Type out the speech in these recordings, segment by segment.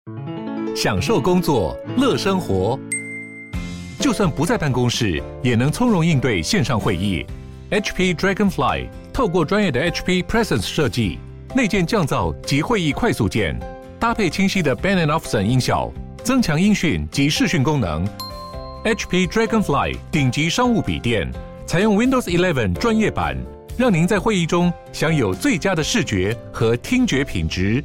享受工作，乐生活。就算不在办公室，也能从容应对线上会议。HP Dragonfly 透过专业的 HP Presence 设计，内建降噪及会议快速键，搭配清晰的 Bang & Olufsen 音效，增强音讯及视讯功能。HP Dragonfly 顶级商务笔电，采用 Windows 11专业版，让您在会议中享有最佳的视觉和听觉品质。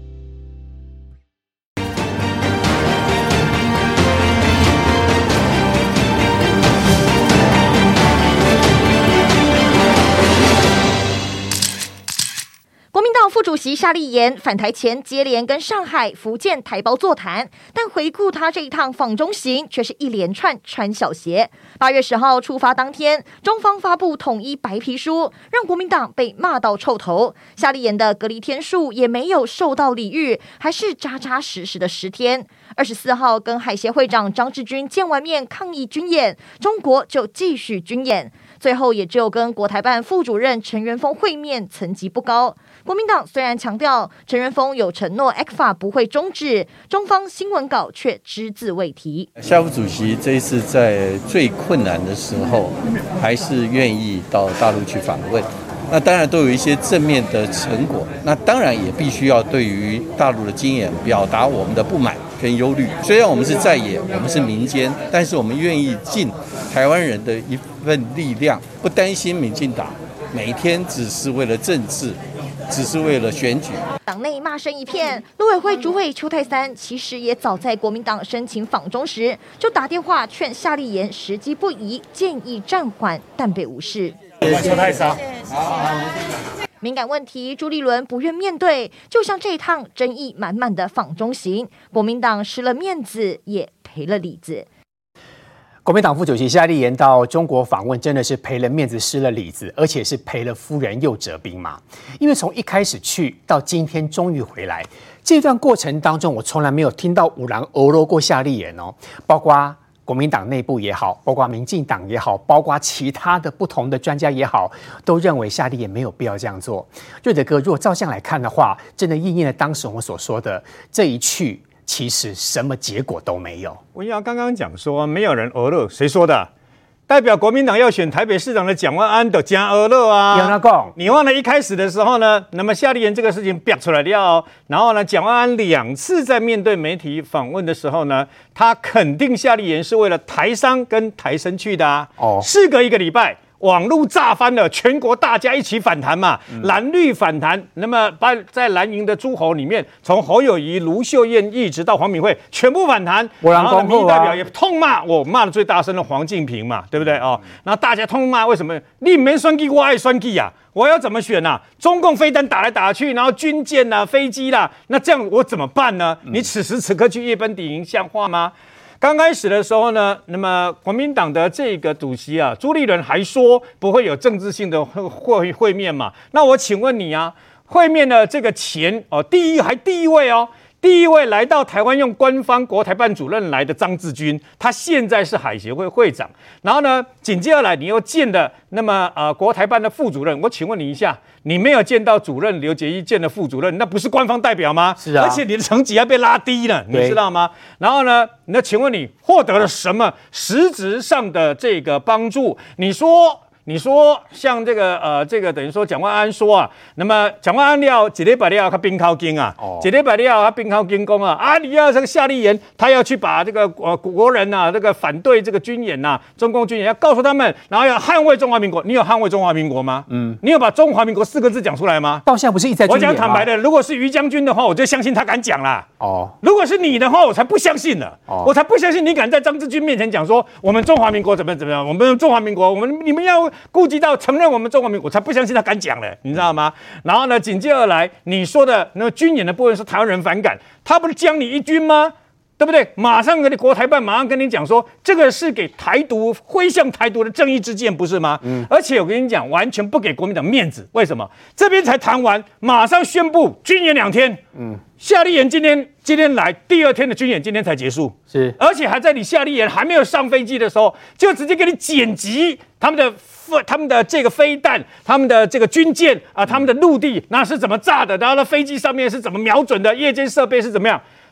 国民党副主席夏立言返台前接连跟上海、福建、台胞座谈，但回顾他这一趟访中行，却是一连串穿小鞋。8月10号出发当天，中方发布统一白皮书，让国民党被骂到臭头。夏立言的隔离天数也没有受到礼遇，还是扎扎实实的10天。24号跟海协会长张志军见完面抗议军演，中国就继续军演。最后也只有跟国台办副主任陈元峰会面，层级不高。国民党虽然强调陈元峰有承诺 ECFA 不会终止，中方新闻稿却只字未提。 夏副主席这一次在最困难的时候，还是愿意到大陆去访问。那当然都有一些正面的成果，那当然也必须要对于大陆的经验表达我们的不满跟忧虑。虽然我们是在野，我们是民间，但是我们愿意尽台湾人的一份力量，不担心民进党每天只是为了政治，只是为了选举。 党内骂声一片，陆委会主委邱泰三其实也早在国民党申请访中时，就打电话劝夏立言时机不宜，建议暂缓，但被无视。 邱泰三， 敏感问题，朱立伦不愿面对，就像这一趟争议满满的访中行，国民党失了面子，也赔了里子。 国民党副主席夏立言到中国访问，真的是赔了面子，失了里子，而且是赔了夫人又折兵马。因为从一开始去到今天终于回来，这段过程当中，我从来没有听到有人欧罗过夏立言哦，包括国民党内部也好，包括民进党也好，包括其他的不同的专家也好，都认为夏立言没有必要这样做。瑞德哥，如果照相来看的话，真的应验了当时我们所说的这一去，其实什么结果都没有。 文瑶刚刚讲说没有人俄勒，谁说的？代表国民党要选台北市长的蒋万安的加俄勒啊！ 有那讲， 你忘了一开始的时候呢，那么夏立言这个事情表出来了，然后呢，蒋万安2次在面对媒体访问的时候呢，他肯定夏立言是为了台商跟台生去的啊。事隔1个礼拜。网路炸翻了，全国大家一起反弹嘛，蓝绿反弹。那么在蓝营的诸侯里面，从侯友宜、卢秀燕一直到黄敏惠，全部反弹。然后民意代表也痛骂，我骂的最大声的黄敬平嘛，对不对哦？然后大家痛骂，为什么你没选举，我爱选举啊？我要怎么选啊？中共飞弹打来打去，然后军舰啦、飞机啦，那这样我怎么办呢？你此时此刻去夜奔敌营，像话吗？刚开始的时候呢，那么国民党的这个主席啊，朱立伦还说不会有政治性的会面嘛？那我请问你啊，会面的这个前第一位来到台湾用官方国台办主任来的张志军，他现在是海协会会长。然后呢，紧接着来你又见的那么国台办的副主任，我请问你一下，你没有见到主任刘捷一，见了副主任，那不是官方代表吗？ 是啊， 而且你的层级要被拉低了，你知道吗？然后呢，那请问你获得了什么实质上的这个帮助？你说像这个等于说蒋万安说啊，那么蒋万安了1礼拜了他冰靠经啊，1礼拜了他冰靠经公啊，你要这个夏立言他要去把这个国人啊这个反对这个军演呐，中共军演要告诉他们，然后要捍卫中华民国，你有捍卫中华民国吗？你有把中华民国4个字讲出来吗？ 到现在不是一直在军演吗？ 我讲坦白的，如果是于将军的话，我就相信他敢讲啦。如果是你的话，我才不相信了。我才不相信你敢在张志军面前讲说我们中华民国怎么样，我们中华民国，你们要顾及到承认我们中华民国，我才不相信他敢讲了，你知道吗？然后呢，紧接着来你说的那个军演的部分是台湾人反感，他不是将你一军吗？对不对？马上跟你国台办马上跟你讲说，这个是给台独挥向台独的正义之剑，不是吗？而且我跟你讲，完全不给国民党面子。为什么？这边才谈完，马上宣布军演2天。夏立言今天来第2天的军演，今天才结束。是，而且还在你夏立言还没有上飞机的时候，就直接给你剪辑他们的这个飞弹，他们的这个军舰啊，他们的陆地那是怎么炸的，然后呢飞机上面是怎么瞄准的，夜间设备是怎么样。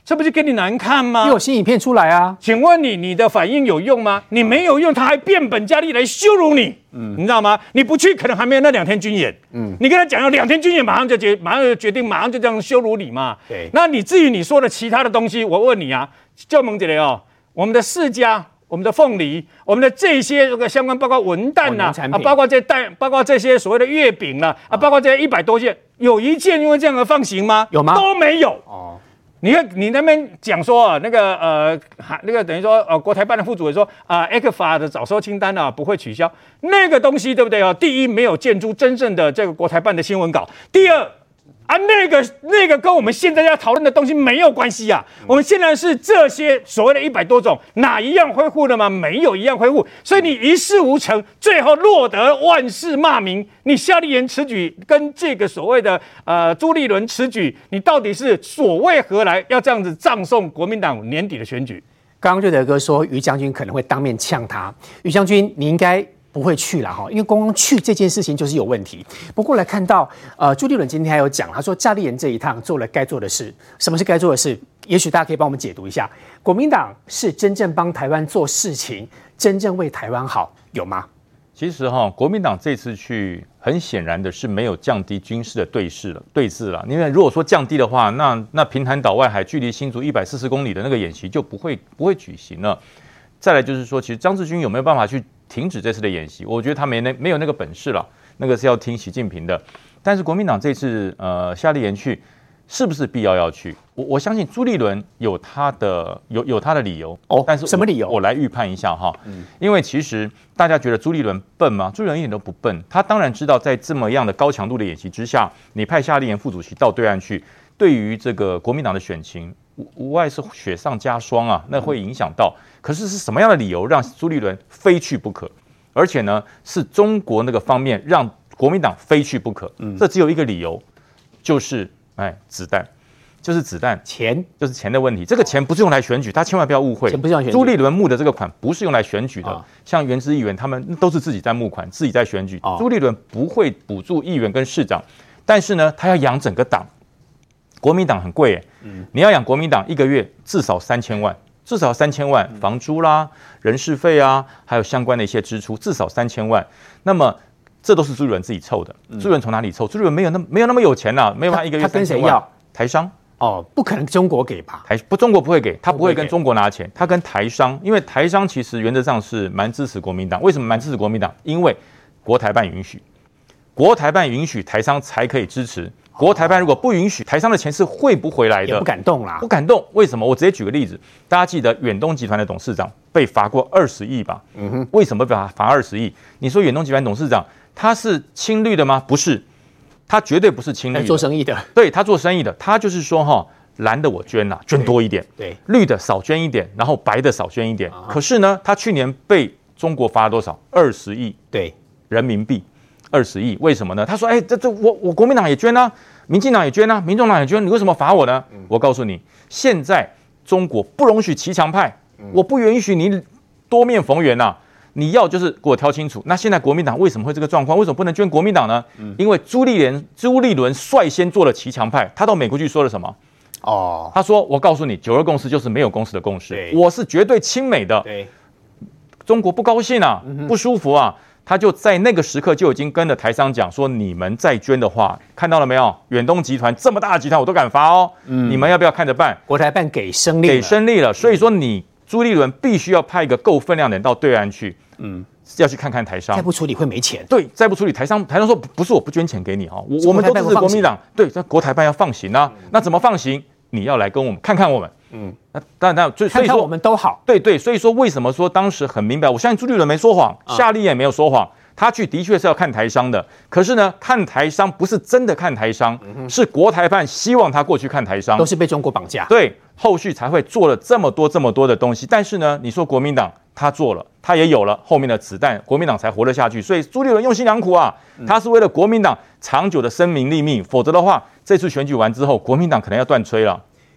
这不是给你难看吗？ 又有新影片出来啊！ 请问你的反应有用吗？你没有用，他还变本加厉来羞辱你，你知道吗？你不去，可能还没有那2天军演，你跟他讲要2天军演，马上就决定，马上就这样羞辱你嘛。 对， 那你至于你说的其他的东西，我问你啊，就蒙姐雷哦，我们的释迦。我们的凤梨，我们的这些这个相关，包括文旦呐，包括这蛋，包括这些所谓的月饼啦，包括这些100多件，有一件因为这样而放行吗？ 有吗？ 都没有。 哦， 你看你那边讲说啊，那个等于说国台办的副主委说ECFA 的早收清单啊不会取消，那个东西对不对啊？第一没有建出真正的这个国台办的新闻稿，第二。那个跟我们现在要讨论的东西没有关系啊！我们现在是这些所谓的100多种，哪一样恢复了吗？没有一样恢复，所以你一事无成，最后落得万事骂名。你夏立言此举跟这个所谓的朱立伦此举，你到底是所谓何来？要这样子葬送国民党年底的选举？ 刚刚瑞德哥说于将军可能会当面呛他，于将军你应该。不会去了哈，因为光去这件事情就是有问题。不过来看到，朱立伦今天还有讲，他说夏立言这一趟做了该做的事。什么是该做的事？也许大家可以帮我们解读一下。国民党是真正帮台湾做事情，真正为台湾好，有吗？ 其实国民党这次去，很显然的是没有降低军事的对峙了。因为如果说降低的话，那平潭岛外海距离新竹140公里的那个演习就不会举行了。再来就是说，其实张志军有没有办法去停止这次的演习？我觉得他没有那个本事了，那个是要听习近平的。但是国民党这次夏立言去，是不是必要去？我相信朱立伦有他的理由哦， 但是什么理由？ 我来预判一下哈，因为其实大家觉得朱立伦笨吗？朱立伦一点都不笨，他当然知道在这么样的高强度的演习之下，你派夏立言副主席到对岸去，对于这个国民党的选情无外是雪上加霜啊，那会影响到。可是是什么样的理由让朱立伦非去不可？而且呢，是中国那个方面让国民党非去不可。这只有一个理由，就是子弹，就是子弹， 钱就是钱的问题。这个钱不是用来选举，他千万不要误会。 钱不是用来选举， 朱立伦募的这个款不是用来选举的。像原之议员他们都是自己在募款，自己在选举。朱立伦不会补助议员跟市长，但是呢，他要养整个党。国民党很贵你要养国民党1个月至少3000万。至少3000万，房租啦、人事费啊，还有相关的一些支出，至少3000万。那么这都是朱立伦自己凑的。朱立伦从哪里凑？朱立伦没有那么有钱呐，没有他1个月3000万。他跟谁要？台商不可能中国给吧？ 中国不会给，他不会跟中国拿钱，他跟台商，因为台商其实原则上是蛮支持国民党。为什么蛮支持国民党？因为国台办允许，国台办允许台商才可以支持。国台办如果不允许，台商的钱是汇不回来的， 也不敢动啦， 不敢动。为什么？我直接举个例子，大家记得远东集团的董事长被罚过20亿吧？为什么被罚20亿？你说远东集团董事长他是亲绿的吗？不是，他绝对不是亲绿的， 做生意的。 对，他做生意的，他就是说蓝的我捐啦，捐多一点， 对， 绿的少捐一点，然后白的少捐一点。可是呢，他去年被中国罚了多少？20亿， 对， 人民币。20亿，为什么呢？他说：“我国民党也捐啊，民进党也捐啊，民众党也捐，你为什么罚我呢？”我告诉你，现在中国不容许骑墙派，我不允许你多面逢源呐。你要就是给我挑清楚。那现在国民党为什么会这个状况？为什么不能捐国民党呢？因为朱立伦率先做了骑墙派，他到美国去说了什么？他说：“我告诉你，92共识就是没有共识的共识，我是绝对亲美的。”中国不高兴啊，不舒服啊。他就在那个时刻就已经跟了台商讲说，你们再捐的话，看到了没有？远东集团这么大的集团我都敢罚哦，你们要不要看着办？ 国台办给声令了，所以说你朱立伦必须要派一个够分量的人到对岸去，要去看看台商， 再不处理会没钱。 对，再不处理台商说不是我不捐钱给你我们都支持国民党，对，这国台办要放行啊，那怎么放行？你要来跟我们看看我们。所以说我们都好， 对，所以说为什么说当时很明白？我相信朱立伦没说谎，夏立言也没有说谎，他去的确是要看台商的。可是呢，看台商不是真的看台商，是国台办希望他过去看台商， 都是被中国绑架。 对，后续才会做了这么多的东西。但是呢，你说国民党他做了，他也有了后面的子弹，国民党才活得下去。所以朱立伦用心良苦啊，他是为了国民党长久的声名立命，否则的话，这次选举完之后，国民党可能要断炊了。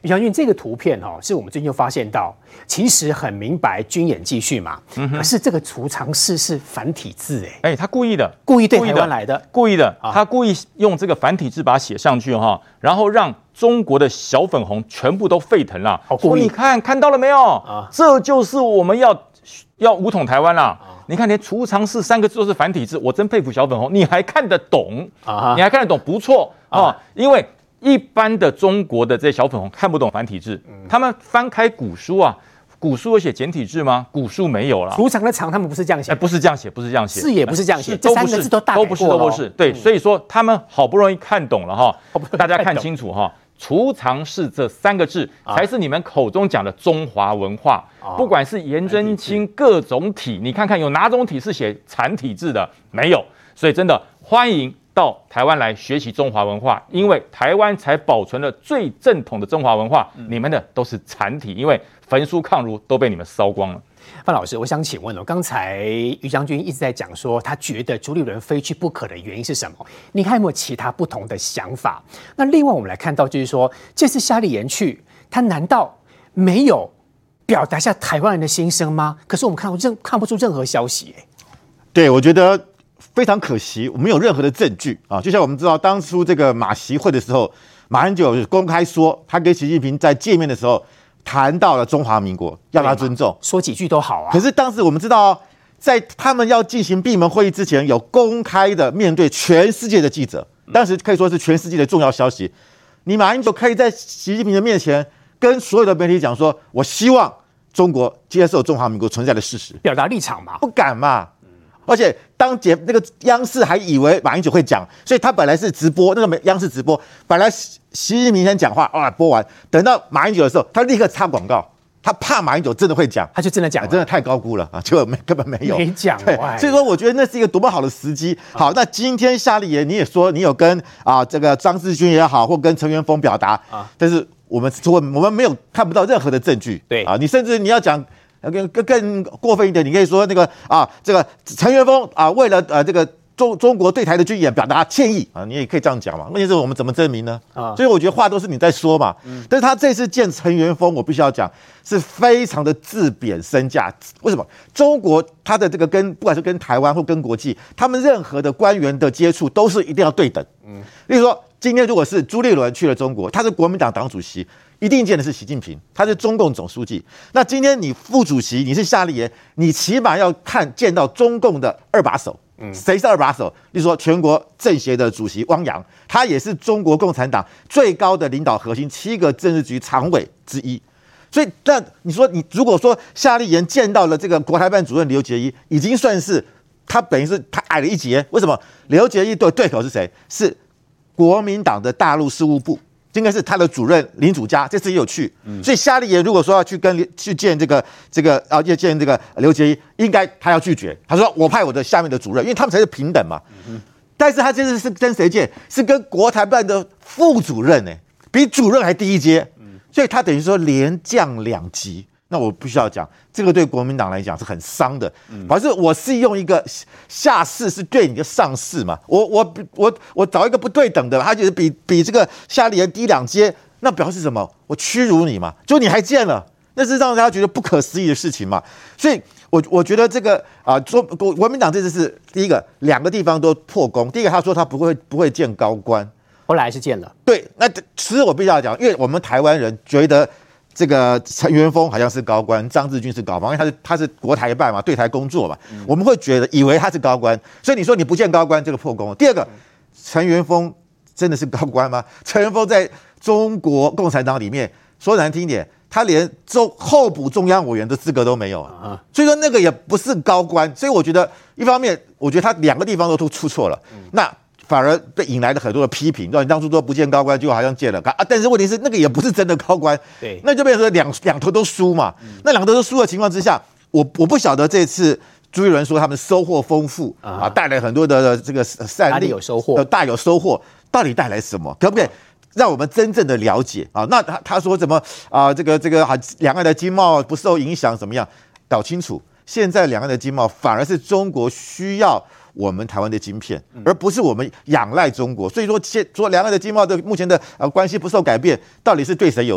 于将军，这个图片是我们最近就发现到，其实很明白军演继续嘛，可是这个储藏室是繁体字， 他故意的， 故意对台湾来的， 故意的，他故意用这个繁体字把它写上去然后让中国的小粉红全部都沸腾了。 故意， 你看到了没有？这就是我们要武统台湾啦。你看，连储藏室3个字都是繁体字，我真佩服小粉红，你还看得懂你还看得懂，不错因为一般的中国的这些小粉红看不懂繁体字，他们翻开古书啊，古书有写简体字吗？古书没有了。 储藏的藏他们不是这样写， 不是这样写， 是也不是这样写，这3个字都大改过了， 都不是。对，所以说他们好不容易看懂了大家看清楚储藏室这3个字才是你们口中讲的中华文化。不管是颜真卿各种体，你看看有哪种体是写繁体字的？没有。所以真的欢迎到台湾来学习中华文化，因为台湾才保存了最正统的中华文化，你们的都是残体，因为焚书抗儒都被你们烧光了。 范老师，我想请问刚才于将军一直在讲说，他觉得朱立伦非去不可的原因是什么？你看有没有其他不同的想法？那另外我们来看到，就是说这次夏立言去，他难道没有表达下台湾人的心声吗？可是我们看不出任何消息对，我觉得非常可惜，我们没有任何的证据就像我们知道，当初这个马习会的时候，马英九公开说，他跟习近平在见面的时候谈到了中华民国，要他尊重， 说几句都好啊。 可是当时我们知道在他们要进行闭门会议之前，有公开的面对全世界的记者，当时可以说是全世界的重要消息。你马英九可以在习近平的面前跟所有的媒体讲说，我希望中国接受中华民国存在的事实， 表达立场嘛？ 不敢嘛。而且那个央视还以为马英九会讲，所以他本来是直播，那个央视直播，本来习近平先讲话播完，等到马英九的时候，他立刻插广告，他怕马英九真的会讲， 他就真的讲了， 真的太高估了结果根本没有讲。 所以说我觉得那是一个多么好的时机。好，那今天夏立言你也说你有跟这个张志军也好，或跟陈元丰表达但是我们没有看不到任何的证据。 对你甚至你要讲更过分一点，你可以说那个这个陈元丰为了这个中国对台的军演表达歉意你也可以这样讲嘛。问题是我们怎么证明呢？所以我觉得话都是你在说嘛。但是他这次见陈元丰，我必须要讲是非常的自贬身价。为什么？中国他的这个不管是跟台湾或跟国际，他们任何的官员的接触都是一定要对等。例如说，今天如果是朱立伦去了中国，他是国民党党主席，一定见的是习近平，他是中共总书记。那今天你副主席，你是夏立言，你起码要见到中共的2把手。谁是2把手？例如说，全国政协的主席汪洋，他也是中国共产党最高的领导核心7个政治局常委之一。所以，那你如果说夏立言见到了这个国台办主任刘捷一，已经算是他等于是他矮了一截。为什么？刘捷一的对口是谁？是国民党的大陆事务部，应该是他的主任林祖嘉，这次也有去。所以夏立言如果说要去见要见这个刘捷一，应该他要拒绝。他说我派我的下面的主任，因为他们才是平等嘛。但是他这次是跟谁见？是跟国台办的副主任比主任还低一阶。所以他等于说连降2级。那我必须要讲，这个对国民党来讲是很伤的。反正我是用一个下士是对你的上士嘛，我找一个不对等的，他就是比这个夏立言低2阶，那表示什么？我屈辱你嘛，就你还见了，那是让大家觉得不可思议的事情嘛。所以我觉得这个国民党这次是第一个2个地方都破功。第一个他说他不会见高官， 后来还是见了。 对，那其实我必须要讲，因为我们台湾人觉得这个陈元丰好像是高官，张志军是高官，因为他是国台办嘛，对台工作嘛，我们会以为他是高官，所以你说你不见高官，这个破功了。第二个，陈元丰真的是高官吗？陈元丰在中国共产党里面说难听点，他连候补中央委员的资格都没有所以说那个也不是高官。所以我觉得一方面，我觉得他2个地方都出错了，那反而被引来了很多的批评。你当初说不见高官，就好像见了但是问题是那个也不是真的高官， 对， 那就变成两头都输嘛。那2头都输的情况之下，我不晓得这次朱立伦说他们收获丰富带来很多的这个善利，大有收获，到底带来什么？可不可以让我们真正的了解那他说什么这个两岸的经贸不受影响怎么样？搞清楚，现在两岸的经贸反而是中国需要我们台湾的晶片，而不是我们仰赖中国。所以说两岸的经贸的目前的关系不受改变，到底是对谁有利？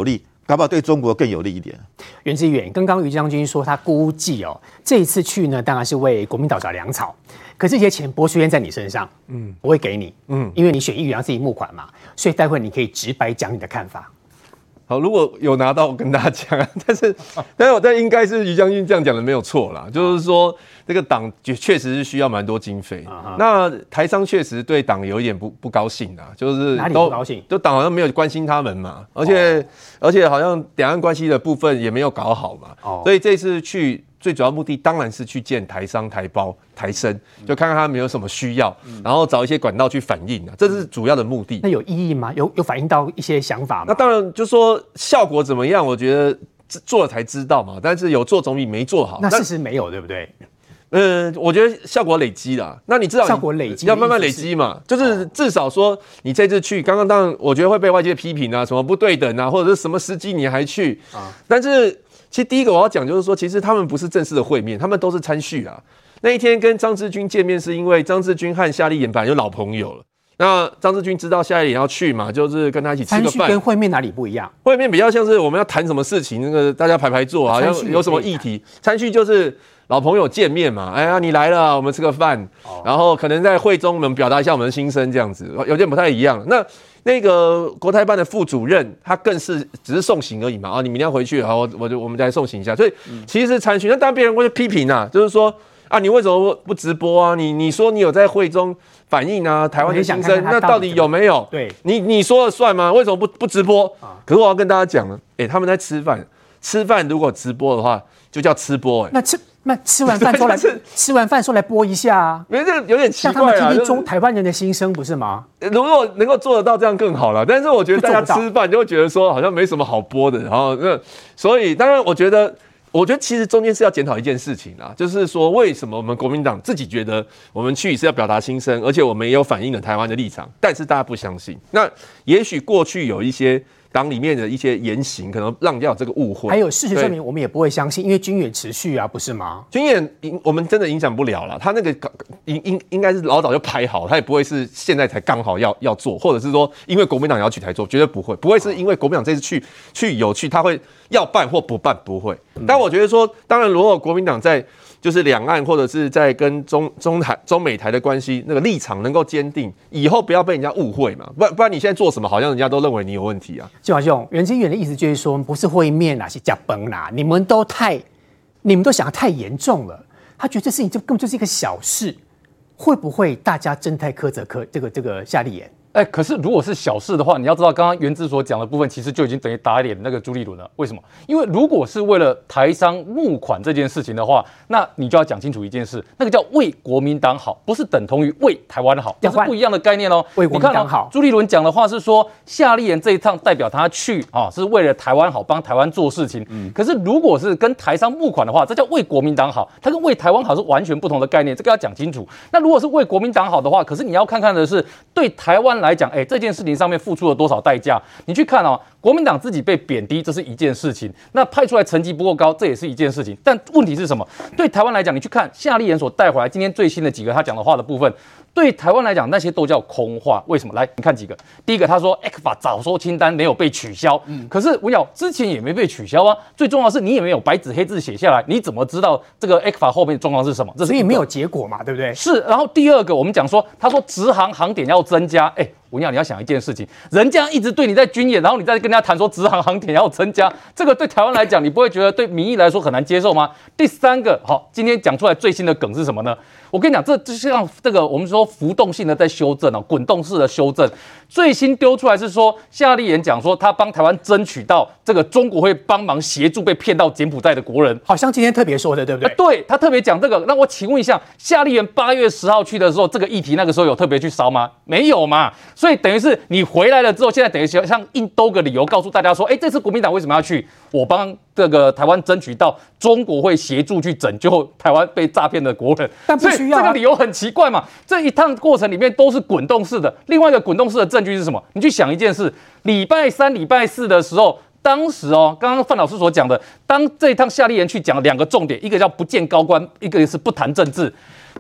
搞不好对中国更有利一点。 袁志远，刚刚于将军说他估计这一次去呢，当然是为国民党找粮草，可这些钱剥削在你身上，不会给你，因为你选议员要自己募款嘛，所以待会你可以直白讲你的看法。 好，如果有拿到，我跟大家讲，但应该是于将军这样讲的没有错啦，就是说这个党确实是需要蛮多经费，那台商确实对党有一点不高兴啦，就是哪里不高兴？ 就党好像没有关心他们嘛，而且好像两岸关系的部分也没有搞好嘛，所以这次去。最主要目的当然是去见台商、台胞、台生，就看看他们有什么需要，然后找一些管道去反映这是主要的目的。 那有意义吗？有反映到一些想法吗？ 那当然，就说效果怎么样，我觉得做了才知道嘛。但是有做总比没做好。 那事实没有，对不对？ 我觉得效果累积啦。那你至少效果累积要慢慢累积嘛，就是至少说你这次去，刚刚当然我觉得会被外界批评啊，什么不对等啊，或者是什么时机你还去但是。其实第一个我要讲就是说，其实他们不是正式的会面，他们都是参叙啊。那一天跟张志军见面，是因为张志军和夏立言本来就老朋友了。那张志军知道夏立言要去嘛，就是跟他一起吃个饭。 参叙跟会面哪里不一样？ 会面比较像是我们要谈什么事情，那个大家排坐，好像有什么议题。参叙就是老朋友见面嘛，哎呀你来了，我们吃个饭，然后可能在会中我们表达一下我们的心声，这样子有点不太一样。那个国台办的副主任，他更是只是送行而已嘛，你明天要回去，然后我们再送行一下。所以其实是参叙，那当然别人会批评啊，就是说你为什么不直播啊？你说你有在会中反映啊台湾的心声，那到底有没有？ 对， 你说了算吗？为什么不直播？可是我要跟大家讲了，他们在吃饭如果直播的话，就叫吃播那吃完饭说来播一下啊， 因为这有点奇怪啊， 像他们听听台湾人的心声不是吗？ 如果能够做得到这样更好了，但是我觉得大家吃饭就会觉得说好像没什么好播的，然后所以当然我觉得其实中间是要检讨一件事情啦，就是说为什么我们国民党自己觉得我们去是要表达心声，而且我们也有反映了台湾的立场，但是大家不相信。那也许过去有一些党里面的一些言行，可能让人家有这个误会。 还有事实证明，我们也不会相信，因为军演持续啊，不是吗？ 军演我们真的影响不了了，他那个应该是老早就排好，他也不会是现在才刚好要做，或者是说因为国民党要去台做，绝对不会是因为国民党这次去，他会要办或不办，不会。但我觉得说，当然如果国民党在就是两岸或者是在跟中美台的关系那个立场能够坚定，以后不要被人家误会嘛，不然你现在做什么，好像人家都认为你有问题啊。 金华兄，袁志远的意思就是说，不是会面啦，是吃饭啦，你们都想得太严重了。他觉得这事情根本就是一个小事，会不会大家真太苛责这个夏立言？ 可是如果是小事的话，你要知道，刚刚袁志所讲的部分，其实就已经等于打脸那个朱立伦了。为什么？因为如果是为了台商募款这件事情的话，那你就要讲清楚一件事，那个叫为国民党好，不是等同于为台湾好，这是不一样的概念哦。 为国民党好， 朱立伦讲的话是说，夏立言这一趟代表他去是为了台湾好，帮台湾做事情。可是如果是跟台商募款的话，这叫为国民党好，它跟为台湾好是完全不同的概念，这个要讲清楚。那如果是为国民党好的话，可是你要看看的是对台湾来讲，这件事情上面付出了多少代价？你去看国民党自己被贬低，这是一件事情；那派出来成绩不够高，这也是一件事情。但问题是什么？对台湾来讲，你去看夏立言所带回来今天最新的几个他讲的话的部分，对台湾来讲，那些都叫空话。为什么？来，你看几个。第一个，他说 ECFA 早收清单没有被取消，可是我讲之前也没被取消啊。最重要的是，你也没有白纸黑字写下来，你怎么知道这个 ECFA 后面的状况是什么？ 所以没有结果嘛，对不对？ 是。然后第二个，我们讲说，他说直航航点要增加，我讲你要想一件事情，人家一直对你在军演，然后你再跟人家谈说直航航点要增加，这个对台湾来讲，你不会觉得对民意来说很难接受吗？第三个，好，今天讲出来最新的梗是什么呢？我跟你讲，这就像这个我们说浮动性的在修正滚动式的修正。最新丢出来是说，夏立言讲说他帮台湾争取到这个中国会帮忙协助被骗到柬埔寨的国人， 好像今天特别说的，对不对？ 对，他特别讲这个。那我请问一下，夏立言8月10号去的时候，这个议题那个时候有特别去烧吗？没有嘛。所以等于是你回来了之后，现在等于像硬兜个理由告诉大家说，这次国民党为什么要去？我帮这个台湾争取到中国会协助去拯救台湾被诈骗的国人， 但不需要这个理由很奇怪嘛。这一趟过程里面都是滚动式的。另外一个滚动式的证据是什么？你去想一件事，礼拜3、礼拜4的时候，当时刚刚范老师所讲的，当这一趟夏立言去讲2个重点，一个叫不见高官，一个是不谈政治。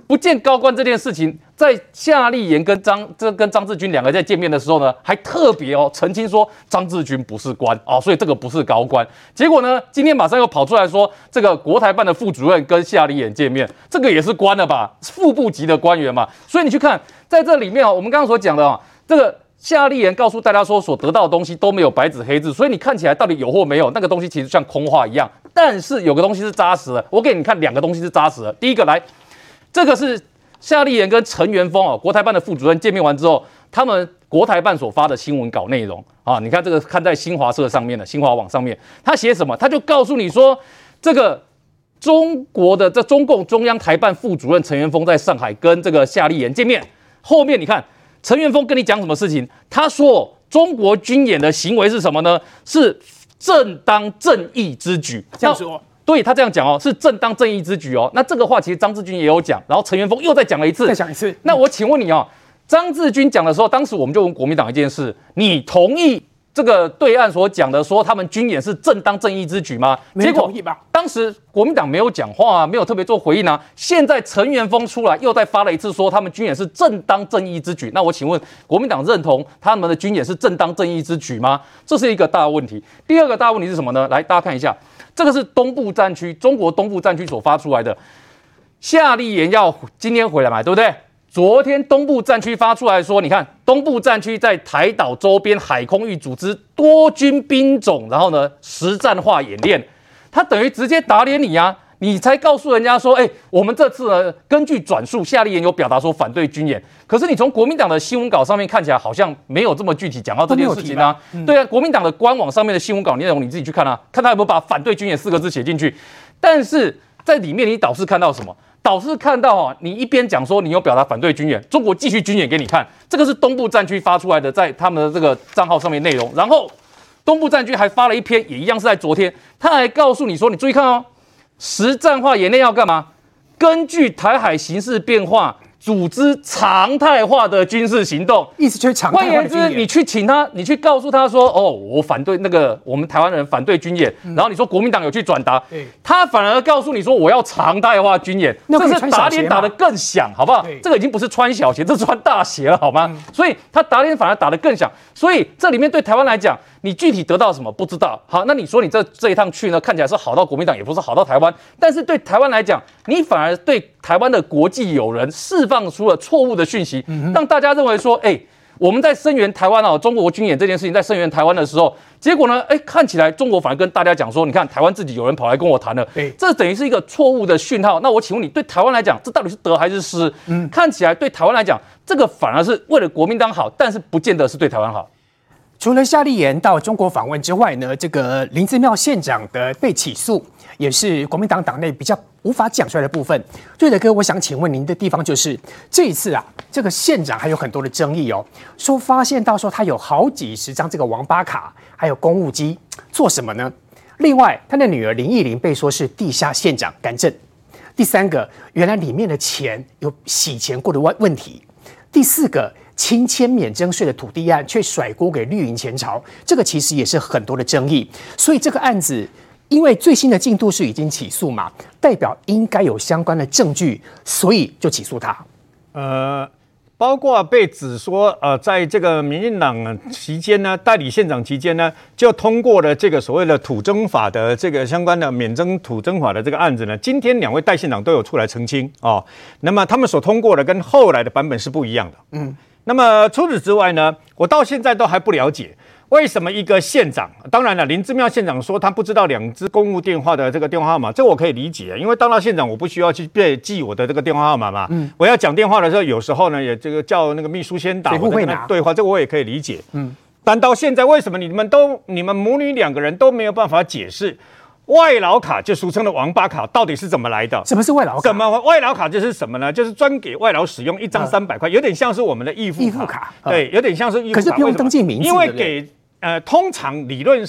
不见高官这件事情，在夏立言跟张志军两个在见面的时候呢，还特别澄清说张志军不是官所以这个不是高官。结果呢，今天马上又跑出来说，这个国台办的副主任跟夏立言见面，这个也是官了吧？副部级的官员嘛。所以你去看，在这里面我们刚刚所讲的这个夏立言告诉大家说，所得到的东西都没有白纸黑字，所以你看起来到底有或没有，那个东西其实像空话一样。但是有个东西是扎实的，我给你看2个东西是扎实的。第一个来。这个是夏立言跟陈元峰国台办的副主任见面完之后，他们国台办所发的新闻稿内容你看这个看在新华社上面的新华网上面，他写什么？他就告诉你说，这个中共中央台办副主任陈元峰在上海跟这个夏立言见面，后面你看陈元峰跟你讲什么事情？他说中国军演的行为是什么呢？是正当正义之举。这样说。对他这样讲是正当正义之举那这个话其实张志军也有讲，然后陈元峰又再讲了一次。再讲一次。那我请问你张志军讲的时候，当时我们就问国民党一件事：你同意这个对岸所讲的说他们军演是正当正义之举吗？结果当时国民党没有讲话没有特别做回应现在陈元峰出来又再发了一次说他们军演是正当正义之举。那我请问国民党认同他们的军演是正当正义之举吗？这是一个大问题。第二个大问题是什么呢？来，大家看一下。这个是东部战区，中国东部战区所发出来的。夏立言要今天回来嘛，对不对？昨天东部战区发出来说，你看东部战区在台岛周边海空域组织多军兵种，然后呢实战化演练，他等于直接打脸你你才告诉人家说，我们这次呢根据转述，夏立言有表达说反对军演，可是你从国民党的新闻稿上面看起来好像没有这么具体讲到这件事情对国民党的官网上面的新闻稿内容你自己去看看他有没有把反对军演4个字写进去。但是在里面你导致看到什么？导致看到你一边讲说你有表达反对军演，中国继续军演给你看，这个是东部战区发出来的，在他们的这个账号上面内容。然后东部战区还发了一篇，也一样是在昨天，他还告诉你说，你注意看实战化演练要干嘛？根据台海形势变化，组织常态化的军事行动， 意思就是常态化的军演。 换言之，你去请他，你去告诉他说，我反对我们台湾人反对军演，然后你说国民党有去转达，他反而告诉你说我要常态化军演，这是打脸打得更响，好不好？这个已经不是穿小鞋，这是穿大鞋了，好吗？所以他打脸反而打得更响，所以这里面对台湾来讲，你具体得到什么不知道。好，那你说你这一趟去呢，看起来是好到国民党，也不是好到台湾，但是对台湾来讲，你反而对台湾的国际友人释放出了错误的讯息，让大家认为说，我们在声援台湾中国军演这件事情，在声援台湾的时候，结果呢，看起来中国反而跟大家讲说，你看台湾自己有人跑来跟我谈了，这等于是一个错误的讯号。那我请问你，对台湾来讲，这到底是得还是失？看起来对台湾来讲，这个反而是为了国民党好，但是不见得是对台湾好。 除了夏立言到中国访问之外呢，这个林姿妙县长的被起诉，也是国民党党内比较无法讲出来的部分。瑞德哥，我想请问您的地方就是，这一次这个县长还有很多的争议说发现到说他有好几十张这个王八卡，还有公务机，做什么呢？另外，他的女儿林义玲被说是地下县长干政。第三个，原来里面的钱有洗钱过的问题。第四个，亲签免征税的土地案却甩锅给绿营前朝，这个其实也是很多的争议。所以这个案子，因为最新的进度是已经起诉嘛，代表应该有相关的证据，所以就起诉他。 包括被指说，在这个民进党期间呢，代理县长期间呢，就通过了这个所谓的土征法的这个相关的免征土征法的这个案子呢。今天2位代县长都有出来澄清那么他们所通过的跟后来的版本是不一样的。那么除此之外呢，我到现在都还不了解。为什么一个县长，当然了，林姿妙县长说他不知道2支公务电话的这个电话号码，这我可以理解，因为当到县长我不需要去记我的这个电话号码嘛。我要讲电话的时候，有时候呢也这个叫那个秘书先打我的对话，这个我也可以理解。但到现在为什么你们母女2个人都没有办法解释？外劳卡就俗称的王八卡到底是怎么来的？ 什么是外劳卡？ 外劳卡就是什么呢？就是专给外劳使用1张300块，有点像是我们的义父卡。对，有点像是义父卡。 可是不用登记名字。 因为给通常理论上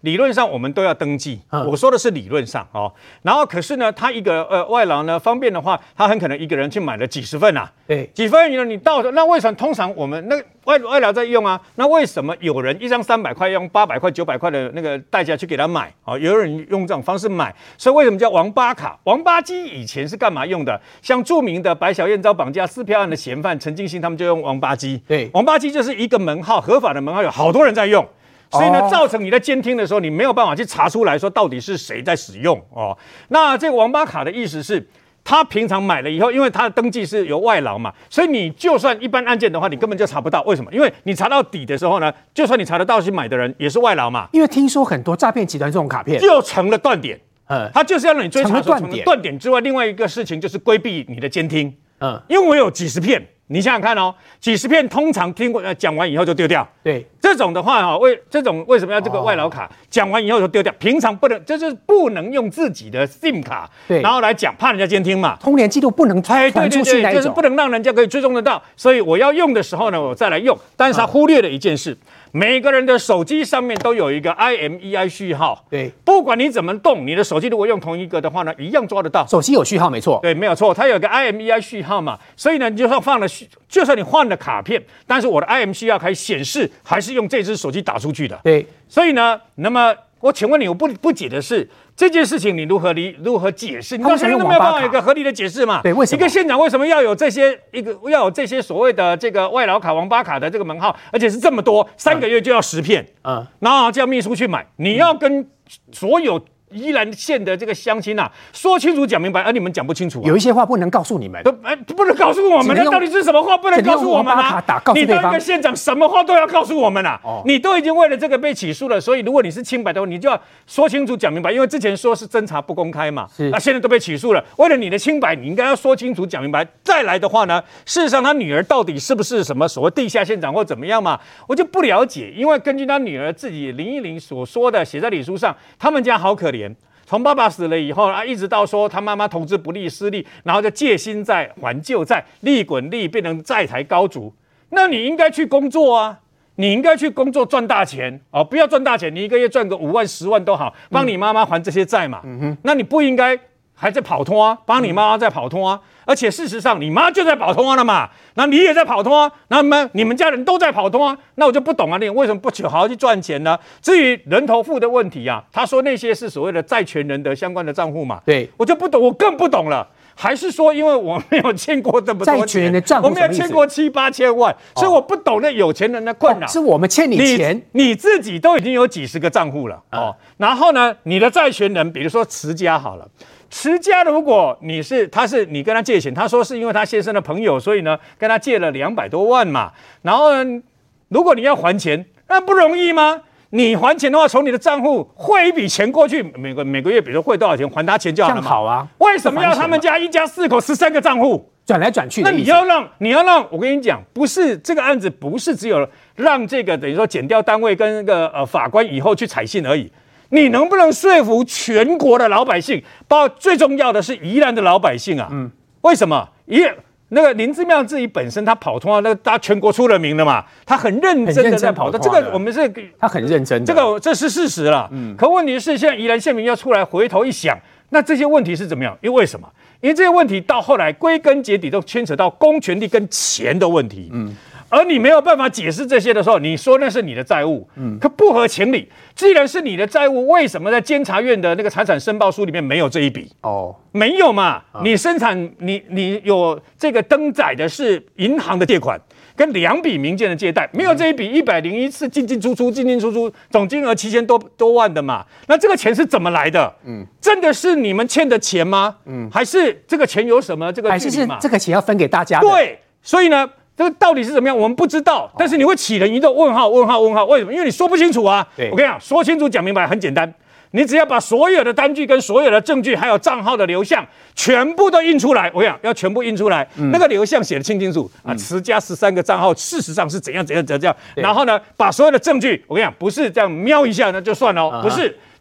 理论上我们都要登记。我说的是理论上哦。然后可是呢，他一个外劳呢方便的话，他很可能一个人去买了几十份啊。 对， 几份呢？你到那为什么通常我们那外劳在用啊？那为什么有人一张300块用800块、900块的那个代价去给他买？哦，有人用这种方式买，所以为什么叫王八卡？王八机以前是干嘛用的？像著名的白小燕遭绑架撕票案的嫌犯陈进兴，他们就用王八机。 对， 王八机就是一个门号，合法的门号有好多人在用。所以呢，造成你在监听的时候，你没有办法去查出来说到底是谁在使用哦。那这个王八卡的意思是，他平常买了以后，因为他的登记是由外劳嘛，所以你就算一般案件的话，你根本就查不到。为什么？因为你查到底的时候呢，就算你查得到去买的人也是外劳嘛。 因为听说很多诈骗集团这种卡片就成了断点。他就是要让你追查成了断点之外，另外一个事情就是规避你的监听。因为我有几十片。你想想看哦，几十片通常听过讲完以后就丢掉。 对， 这种的话为什么要这个外劳卡？讲完以后就丢掉，平常不能，就是不能用自己的 SIM 卡，对，然后来讲，怕人家监听嘛。 通联记录不能传出去那一种， 就是不能让人家可以追踪得到。所以我要用的时候呢，我再来用。但是他忽略了一件事。每个人的手机上面都有一个 IMEI 序号，对，不管你怎么动，你的手机如果用同一个的话呢，一样抓得到。 手机有序号没错， 对，没有错，它有个 IMEI 序号嘛，所以呢，你就算就算你换了卡片，但是我的 IM 序号可以显示还是用这只手机打出去的。对，所以呢，那么我请问你，我不解的是这件事情你如何解释？你到现在都没有办法有一个合理的解释嘛？对，为什么一个县长为什么要有这些所谓的这个外劳卡、王八卡的这个门号，而且是这么多，3个月就要10片，然后叫秘书去买，你要跟所有宜兰县的这个乡亲啊，说清楚讲明白，而你们讲不清楚、 有一些话不能告诉你们， 不能告诉我们，那到底是什么话不能告诉我们啊？你当一个县长，什么话都要告诉我们啊！你都已经为了这个被起诉了，所以如果你是清白的话，你就要说清楚讲明白，因为之前说是侦查不公开嘛，那现在都被起诉了，为了你的清白，你应该要说清楚讲明白。再来的话呢，事实上他女儿到底是不是什么所谓地下县长或怎么样嘛，我就不了解，因为根据他女儿自己林依林所说的，写在脸书上，他们家好可怜。从爸爸死了以后啊，一直到说他妈妈投资不利失利，然后就借新债还旧债，利滚利变成债台高筑。那你应该去工作啊，你应该去工作赚大钱哦，不要赚大钱，你一个月赚个5万10万都好，帮你妈妈还这些债嘛。那你不应该还在跑脱啊，帮你妈妈在跑脱啊。而且事实上，你妈就在跑脱了嘛，那你也在跑脱啊，那么你们家人都在跑脱啊，那我就不懂啊，你为什么不去好好去赚钱呢？至于人头户的问题啊，他说那些是所谓的债权人的相关的账户嘛，对，我就不懂，我更不懂了。还是说，因为我没有欠过这么多钱，债权人的账户我没有欠过7、8千万，所以我不懂那有钱人的困扰。是我们欠你钱，你自己都已经有几十个账户了哦。然后呢，你的债权人，比如说持家好了。持家如果你跟他借钱，他说是因为他先生的朋友，所以呢跟他借了200多万嘛。然后呢，如果你要还钱，那不容易吗？你还钱的话，从你的账户汇一笔钱过去，每个月，比如说汇多少钱，还他钱就好了嘛。这样好啊。为什么要他们家一家4口13个账户转来转去的？那你要让我跟你讲，不是这个案子，不是只有让这个等于说检调单位跟那个法官以后去采信而已。你能不能说服全国的老百姓？包括最重要的是宜兰的老百姓啊。为什么？那个林姿妙自己本身他跑通啊，那他全国出了名了嘛，他很认真的在跑的。这个我们是他很认真的，这是事实了。可问题是现在宜兰县民要出来回头一想，那这些问题是怎么样？因为什么？因为这些问题到后来归根结底都牵扯到公权力跟钱的问题。而你没有办法解释这些的时候，你说那是你的债务，可不合情理。既然是你的债务，为什么在监察院的那个财产申报书里面没有这一笔？没有嘛？你生产你有这个登载的是银行的借款跟2笔民间的借贷，没有这一笔101次进进出出，总金额7000多万的嘛？那这个钱是怎么来的？真的是你们欠的钱吗？还是这个钱有什么这个？还是这个钱要分给大家的？对，所以呢？这个到底是怎么样？我们不知道，但是你会起人一个问号，为什么？因为你说不清楚啊！我跟你讲，说清楚讲明白很简单，你只要把所有的单据跟所有的证据，还有账号的流向，全部都印出来。我跟你讲，要全部印出来，那个流向写得清清楚啊，持家13个账号，事实上是怎样。然后呢，把所有的证据，我跟你讲，不是这样瞄一下那就算了，不是。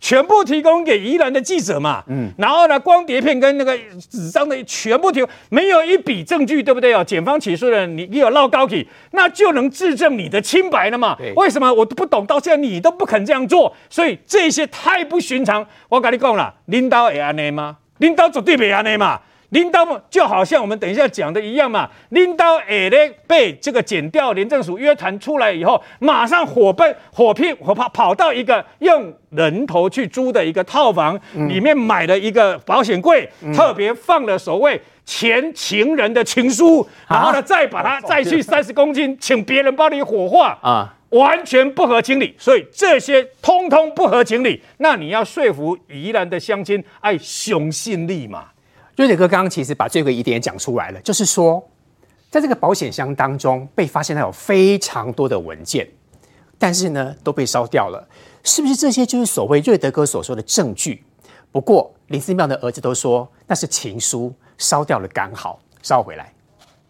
全部提供给宜兰的记者嘛，然后呢，光碟片跟那个纸张的全部提供，没有一笔证据，对不对哦？检方起诉人你有绕高起，那就能质证你的清白了嘛？为什么我都不懂，到现在你都不肯这样做？所以这些太不寻常。我跟你讲了，领导会安尼吗？领导绝对不安尼嘛。领导就好像我们等一下讲的一样嘛，领导被这个检调廉政署约谈出来以后，马上火跑到一个用人头去租的一个套房，里面买了一个保险柜，特别放了所谓前情人的情书，然后呢再把它再去30公斤，请别人帮你火化啊。完全不合情理，所以这些通通不合情理。那你要说服宜兰的乡亲，爱雄信力嘛？ 瑞德哥刚刚其实把这个疑点讲出来了，就是说，在这个保险箱当中被发现它有非常多的文件，但是呢都被烧掉了，是不是这些就是所谓瑞德哥所说的证据？不过林思妙的儿子都说那是情书，烧掉了刚好，烧回来。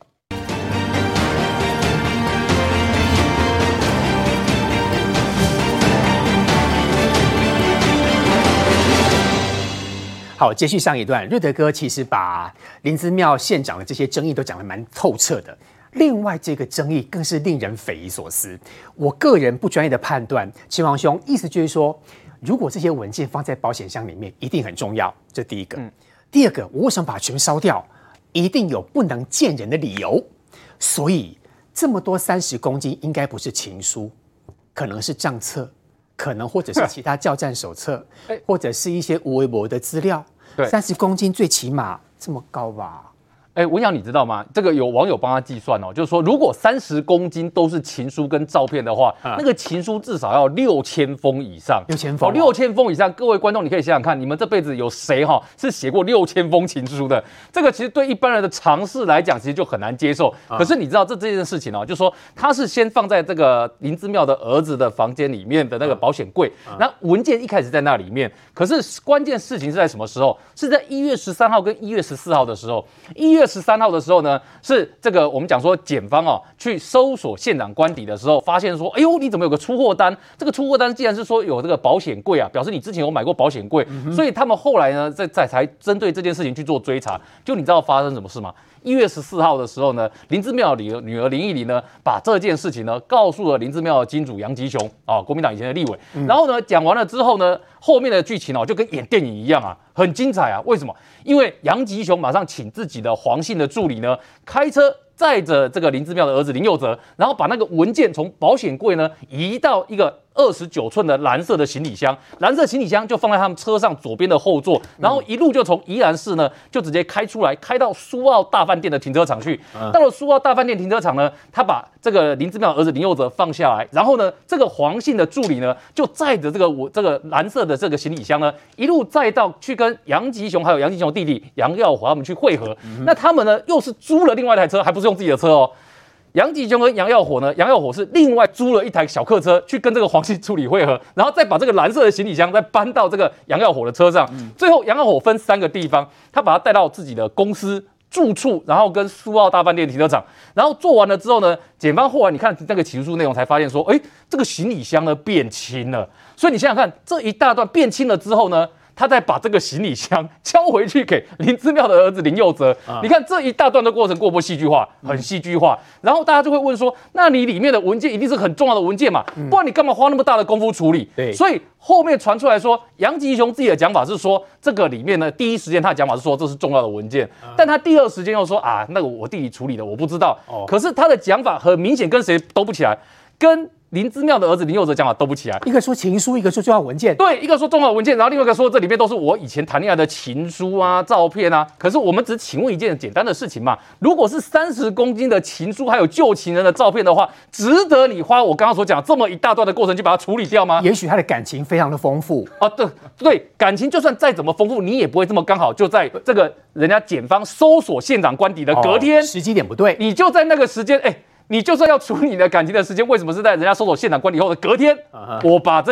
好，接续上一段，瑞德哥其实把林姿妙县长的这些争议都讲得蛮透彻的。另外，这个争议更是令人匪夷所思。我个人不专业的判断，秦王兄意思就是说，如果这些文件放在保险箱里面，一定很重要，这第一个。第二个，我为什么把它全烧掉？一定有不能见人的理由。所以这么多30公斤，应该不是情书，可能是账册。可能或者是其他教战手册，或者是一些无微博的资料。对，30公斤最起码这么高吧？ 文扬，你知道吗？这个有网友帮他计算哦，就是说，如果30公斤都是情书跟照片的话，那个情书至少要6000封以上。6000封，6000封以上。各位观众，你可以想想看，你们这辈子有谁是写过6000封情书的？这个其实对一般人的常识来讲，其实就很难接受。可是你知道这件事情哦，就是说他是先放在这个林姿妙的儿子的房间里面的那个保险柜，那文件一开始在那里面。可是关键事情是在什么时候？是在1月13号跟1月14号的时候。1月13号的时候呢，是这个我们讲说检方去搜索县长官邸的时候，发现说，哎呦，你怎么有个出货单？这个出货单既然是说有这个保险柜啊，表示你之前有买过保险柜，所以他们后来呢，才针对这件事情去做追查。就你知道发生什么事吗？1月14号的时候呢，林姿妙的女儿林义玲呢，把这件事情呢告诉了林姿妙的金主杨吉雄国民党以前的立委。然后呢，讲完了之后呢，后面的剧情就跟演电影一样啊，很精彩啊。为什么？因为杨吉雄马上请自己的黄姓的助理呢，开车载着这个林姿妙的儿子林佑哲，然后把那个文件从保险柜呢移到一个29寸的蓝色的行李箱，蓝色行李箱就放在他们车上左边的后座，然后一路就从宜兰市呢就直接开出来，开到苏澳大饭店的停车场去。到了苏澳大饭店停车场呢，他把这个林姿妙的儿子林佑哲放下来，然后呢，这个黄姓的助理呢就载着这个蓝色的这个行李箱呢，一路载到去跟杨吉雄还有杨吉雄弟弟杨耀华他们去会合。那他们呢又是租了另外一台车，还不是用自己的车哦。杨吉雄跟杨耀火呢，杨耀火是另外租了一台小客车去跟这个黄姓助理会合，然后再把这个蓝色的行李箱再搬到这个杨耀火的车上。最后杨耀火分3个地方，他把它带到自己的公司住处，然后跟苏澳大饭店停车场，然后做完了之后呢，检方后来你看那个起诉书内容才发现说，这个行李箱呢变轻了。所以你想想看，这一大段变轻了之后呢，他再把这个行李箱交回去给林姿妙的儿子林佑哲。你看这一大段的过程过不戏剧化？很戏剧化。然后大家就会问说，那你里面的文件一定是很重要的文件嘛？不然你干嘛花那么大的功夫处理？对。所以后面传出来说，杨吉雄自己的讲法是说，这个里面呢，第一时间他的讲法是说这是重要的文件，但他第二时间又说那个我弟弟处理的，我不知道。可是他的讲法很明显跟谁都不起来，跟林姿妙的儿子林佑哲讲法都不起来， 一个说情书，一个说重要文件， 对，一个说重要文件，然后另外一个说这里面都是我以前谈恋爱的情书啊、照片啊。可是我们只请问一件简单的事情嘛，如果是30公斤的情书，还有旧情人的照片的话，值得你花我刚刚所讲这么一大段的过程去把它处理掉吗？ 也许他的感情非常的丰富对，感情就算再怎么丰富，你也不会这么刚好就在这个人家检方搜索县长官邸的隔天， 时机点不对， 你就在那个时间，你就算要处理你的感情的时间，为什么是在人家搜索县长官邸后的隔天？我把这些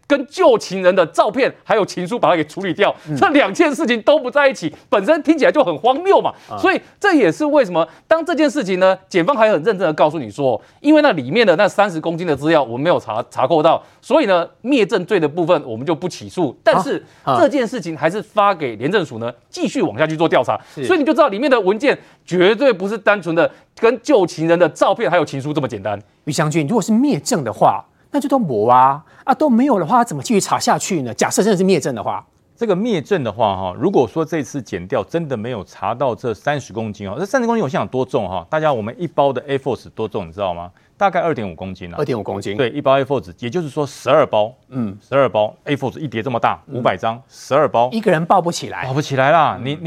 跟旧情人的照片还有情书把它给处理掉，这2件事情都不在一起，本身听起来就很荒谬嘛。所以这也是为什么当这件事情呢，检方还很认真的告诉你说，因为那里面的那30公斤的资料我们没有查扣到，所以呢灭证罪的部分我们就不起诉。但是这件事情还是发给廉政署呢继续往下去做调查，所以你就知道里面的文件绝对不是单纯的跟旧情人的照片还有情书这么简单。 于将军，如果是灭证的话，那就都没啊，都没有的话，怎么继续查下去呢？假设真的是灭证的话， 这个灭证的话，如果说这次检调真的没有查到这30公斤这30公斤我想多重大家我们一包的 A4 多重你知道吗？大概2.5公斤 2.5公斤， 对，一包 A4 纸，也就是说12包，12包 A4 纸一叠这么大，500张，12包， 一个人抱不起来， 抱不起来啦。你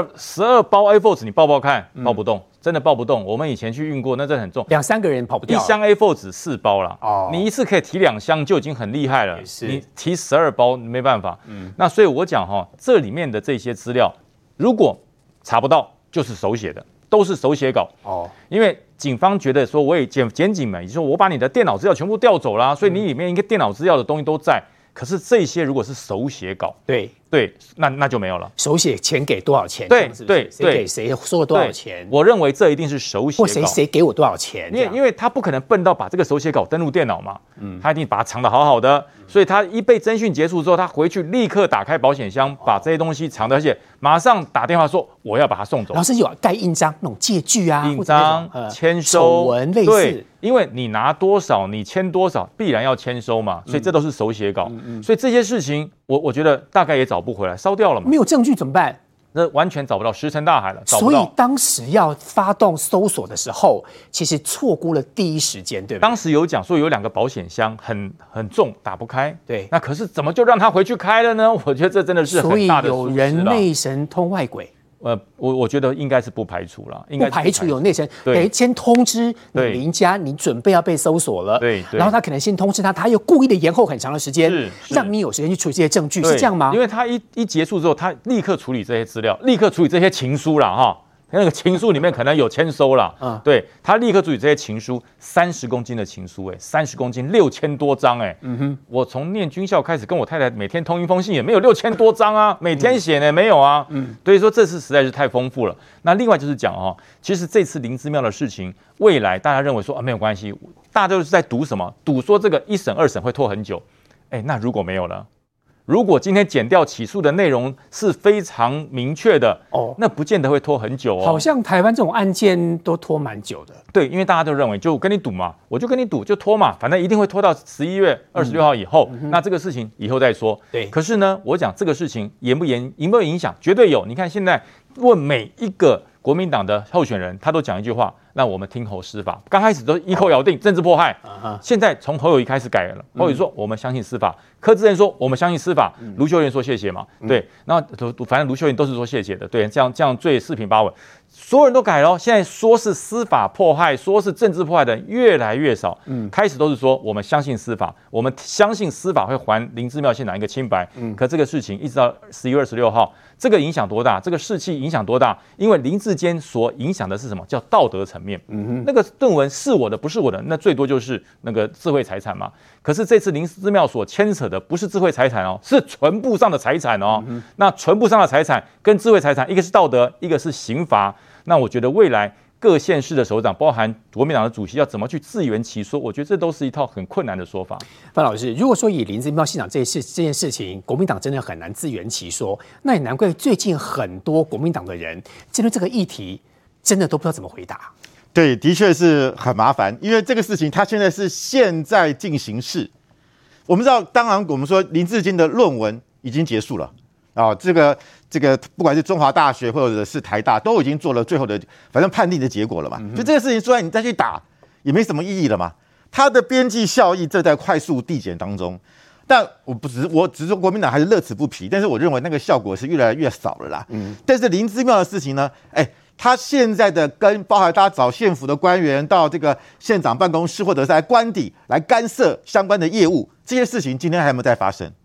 12包 A4 纸，你抱抱看，抱不动，真的抱不动。我们以前去运过，那真的很重 ，2-3个人跑不掉。 一箱 A4 纸4包啦，你一次可以提2箱就已经很厉害了，你提12包没办法。那所以我讲这里面的这些资料，如果查不到，就是手写的。都是手写稿因为警方觉得说，我也检警们，也就是说我把你的电脑资料全部调走啦，所以你里面一个电脑资料的东西都在。可是这些如果是手写稿， 对， 那就没有了。 手写钱给多少钱？ 对， 谁给谁收了多少钱？ 我认为这一定是手写稿， 或谁给我多少钱？ 因为他不可能笨到把这个手写稿登录电脑嘛，他一定把它藏得好好的。所以他一被侦讯结束之后，他回去立刻打开保险箱，把这些东西藏的，而且马上打电话说我要把它送走。 老师有盖印章那种借据啊， 印章、签收、 丑闻类似。 对，因为你拿多少，你签多少，必然要签收嘛，所以这都是手写稿。所以这些事情，我觉得大概也找不回来，烧掉了嘛。 没有证据怎么办？ 那完全找不到，石沉大海了，找不到。 所以当时要发动搜索的时候，其实错估了第一时间，对吧？ 当时有讲说有2个保险箱很重，打不开。 对， 那可是怎么就让他回去开了呢？我觉得这真的是很大的疏失了。 所以有人内神通外鬼。 我觉得应该是不排除了， 不排除有内神，先通知你邻家，你准备要被搜索了， 对， 然后他可能先通知他又故意的延后很长的时间，让你有时间去处理这些证据，是这样吗？ 因为他一结束之后，他立刻处理这些资料，立刻处理这些情书啦那个情书里面可能有签收啦，对，他立刻处理这些情书，30公斤的情书，30公斤6000多张我从念军校开始跟我太太每天通一封信也没有6000多张啊，每天写呢没有啊，所以说这次实在是太丰富了。那另外就是讲其实这次林姿妙的事情，未来大家认为说没有关系，大家都是在赌什么？赌说这个1审2审会拖很久，那如果没有了？如果今天检调起诉的内容是非常明确的那不见得会拖很久好像台湾这种案件都拖蛮久的。 对，因为大家都认为就跟你赌嘛，我就跟你赌就拖嘛，反正一定会拖到11月26号以后，那这个事情以后再说。 对， 可是呢，我讲这个事情有没有影响？绝对有。你看现在问每一个国民党的候选人，他都讲一句话：让我们听候司法。刚开始都一口咬定政治迫害，现在从侯友宜开始改了。侯友宜说我们相信司法，柯志恩说我们相信司法，卢秀燕说谢谢嘛，对，那反正卢秀燕都是说谢谢的，对，这样最四平八稳。所有人都改了，现在说是司法迫害，说是政治迫害的人越来越少。开始都是说我们相信司法，我们相信司法会还林姿妙县长一个清白。可这个事情一直到11月26号，这个影响多大？这个士气影响多大？因为林志坚所影响的是什么？叫道德层面。那个论文是我的，不是我的，那最多就是那个智慧财产嘛。可是这次林姿妙所牵扯的不是智慧财产是存簿上的财产那存簿上的财产跟智慧财产，一个是道德，一个是刑罚。那我觉得未来各县市的首长，包含国民党的主席，要怎么去自圆其说？我觉得这都是一套很困难的说法。 范老师，如果说以林姿妙县长这件事情，国民党真的很难自圆其说，那也难怪最近很多国民党的人针对这个议题，真的都不知道怎么回答。 对，的确是很麻烦，因为这个事情它现在是现在进行式。我们知道，当然我们说林志坚的论文已经结束了这个不管是中华大学或者是台大，都已经做了最后的反正判定的结果了嘛。就这个事情出来，你再去打也没什么意义了嘛。它的边际效益正在快速递减当中。但我只是说国民党还是乐此不疲，但是我认为那个效果是越来越少了啦。但是林姿妙的事情呢，他现在的包含他找县府的官员到这个县长办公室，或者是在官邸来干涉相关的业务，这些事情今天还有没有在发生？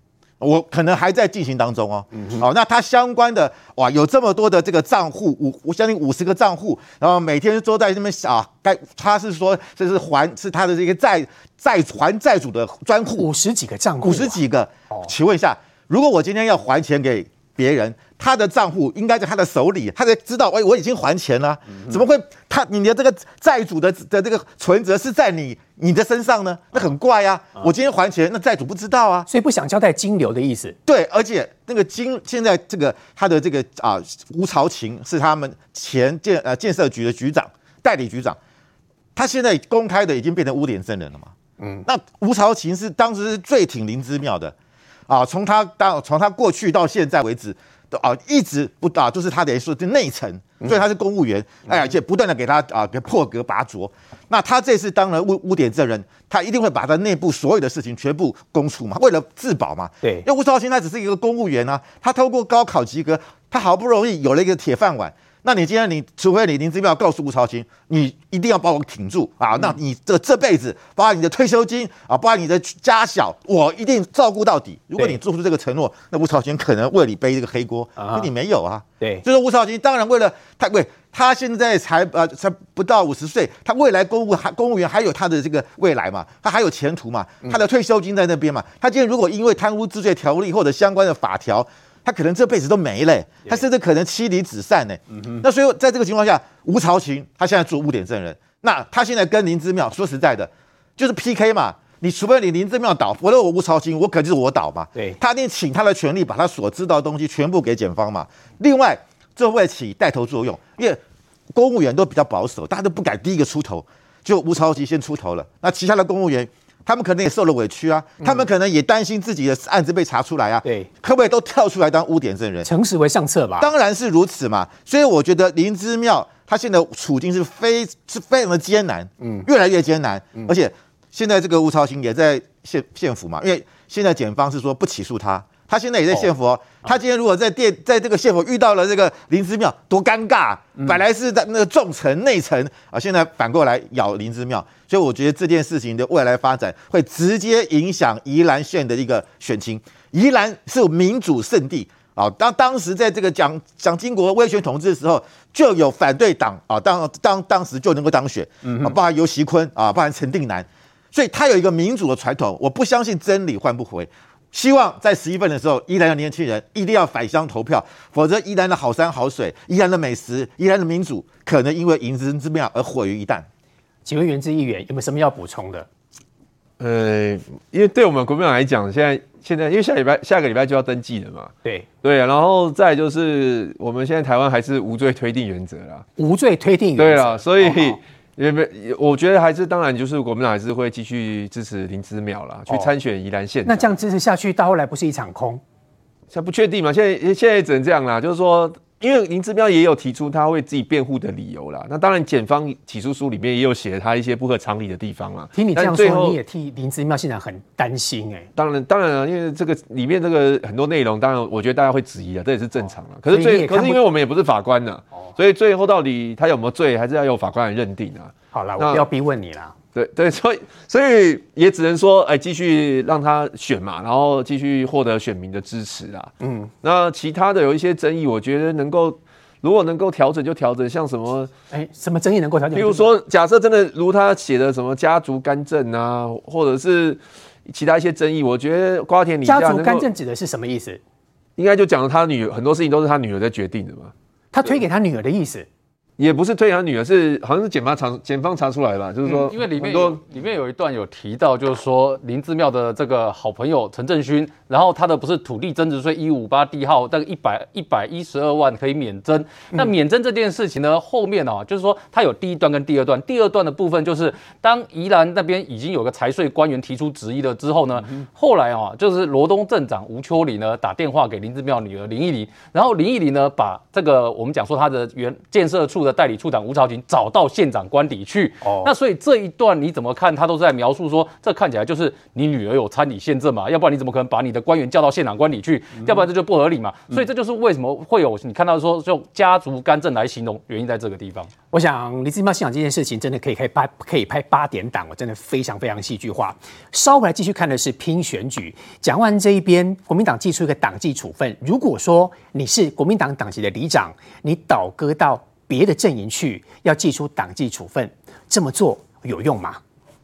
我可能还在进行当中哦。那它相关的哇，有这么多的这个账户，我将近50个账户，然后每天都在那边他是说这是他的这个还债主的专户 ，50几个账户 ，50几个。请问一下，如果我今天要还钱给别人，他的账户应该在他的手里，他才知道，我已经还钱了，怎么会你的这个债主的这个存折是在你的身上呢？那很怪啊！我今天还钱，那债主不知道啊， 所以不想交代金流的意思。 对，而且那个现在这个他的这个吴朝琴是他们前建设局的局长、代理局长，他现在公开的已经变成污点证人了嘛？那吴朝琴是当时是最挺林之妙的。从他过去到现在为止，一直就是他等于说是内层，所以他是公务员，而且不断的给他给破格拔擢。那他这次当了污点证人，他一定会把他内部所有的事情全部公出嘛，为了自保嘛。 对， 因为吴朝琴他只是一个公务员啊，他透过高考及格，他好不容易有了一个铁饭碗。那你今天除非你林之妙告诉吴朝琴，你一定要把我挺住啊！那你这辈子，包括你的退休金包括你的家小，我一定照顾到底。如果你做出这个承诺，那吴朝琴可能为你背这个黑锅，可你没有啊。 对， 就是吴朝琴当然为了他现在才不到50岁，他未来公务员还有他的这个未来嘛，他还有前途嘛，他的退休金在那边嘛。他今天如果因为贪污治罪条例或者相关的法条，他可能这辈子都没了，他甚至可能妻离子散呢。那所以在这个情况下，吴朝琴他现在做污点证人，那他现在跟林之妙说实在的，就是 PK 嘛。你除非你林之妙倒，否则我吴朝琴，我可就是我倒嘛。 对， 他一定请他的权利把他所知道的东西全部给检方嘛。另外，这会起带头作用，因为公务员都比较保守，大家都不敢第一个出头，就吴朝琴先出头了。那其他的公务员，他们可能也受了委屈啊，他们可能也担心自己的案子被查出来啊， 对， 可不可以都跳出来当污点证人？ 诚实为上策吧。 当然是如此嘛。所以我觉得林之妙他现在处境是非常的艰难，越来越艰难，而且现在这个吴朝琴也在县府嘛，因为现在检方是说不起诉他。他现在也在县府他今天如果在这个县府遇到了这个林之妙，多尴尬！本来是在那个重臣内臣现在反过来咬林之妙，所以我觉得这件事情的未来发展会直接影响宜兰县的一个选情。宜兰是民主圣地当时在这个蒋经国威权统治的时候，就有反对党当时就能够当选，包含游锡堃包含陈定南，所以他有一个民主的传统。我不相信真理换不回。希望在11份的时候，宜兰的年轻人一定要返乡投票，否则宜兰的好山好水、宜兰的美食、宜兰的民主，可能因为林之妙而毁于一旦。 请问元之议员有没有什么要补充的？ 因为对我们国民党来讲，现在因为下个礼拜就要登记了嘛，对啊，然后再来就是我们现在台湾还是无罪推定原则啦， 无罪推定原则， 对啦，所以。我觉得还是，当然就是国民党还是会继续支持林之妙啦，去参选宜兰县。 那这样支持下去，到后来不是一场空？ 现在不确定嘛，现在只能这样啦，就是说，因为林之妙也有提出他为自己辩护的理由啦。那当然，检方起诉书里面也有写他一些不合常理的地方啦。 听你这样说，你也替林之妙现在很担心当然啊，因为这个里面这个很多内容，当然我觉得大家会质疑啊，这也是正常啊。可是因为我们也不是法官呢。所以最后到底他有没有罪，还是要由法官来认定啊。 好了，我不要逼问你啦。 对，所以也只能说，继续让他选嘛，然后继续获得选民的支持啦。那其他的有一些争议，我觉得如果能够调整就调整，像什么什么争议能够调整？ 比如说，假设真的如他写的什么家族干政啊，或者是其他一些争议，我觉得瓜田李下家族干政指的是什么意思？ 应该就讲他女儿很多事情都是他女儿在决定的嘛。 他推给他女儿的意思， 也不是推给他女儿，是好像是检方查出来吧，就是说， 因为里面有一段有提到，就是说林之妙的这个好朋友陈正勋，然后他的不是土地增值税158地号，大概112万可以免征。那免征这件事情呢，后面就是说他有第一段跟第二段，第二段的部分就是当宜兰那边已经有个财税官员提出质疑了之后呢，后来就是罗东镇长吴秋里呢打电话给林之妙女儿林义玲，然后林义玲呢把这个我们讲说他的建设处诉的代理处长吴朝琴找到县长官邸去。那所以这一段你怎么看？他都是在描述说，这看起来就是你女儿有参理县政嘛，要不然你怎么可能把你的官员叫到县长官邸去？要不然这就不合理嘛。所以这就是为什么会有你看到说用家族干政来形容，原因在这个地方。 我想林智茂县长这件事情真的可以拍8点档，我真的非常非常戏剧化。稍回来继续看的是拼选举，蒋万安这一边，国民党祭出一个党纪处分。如果说你是国民党党籍的里长，你倒戈到别的阵营去，要祭出党纪处分，这么做有用吗？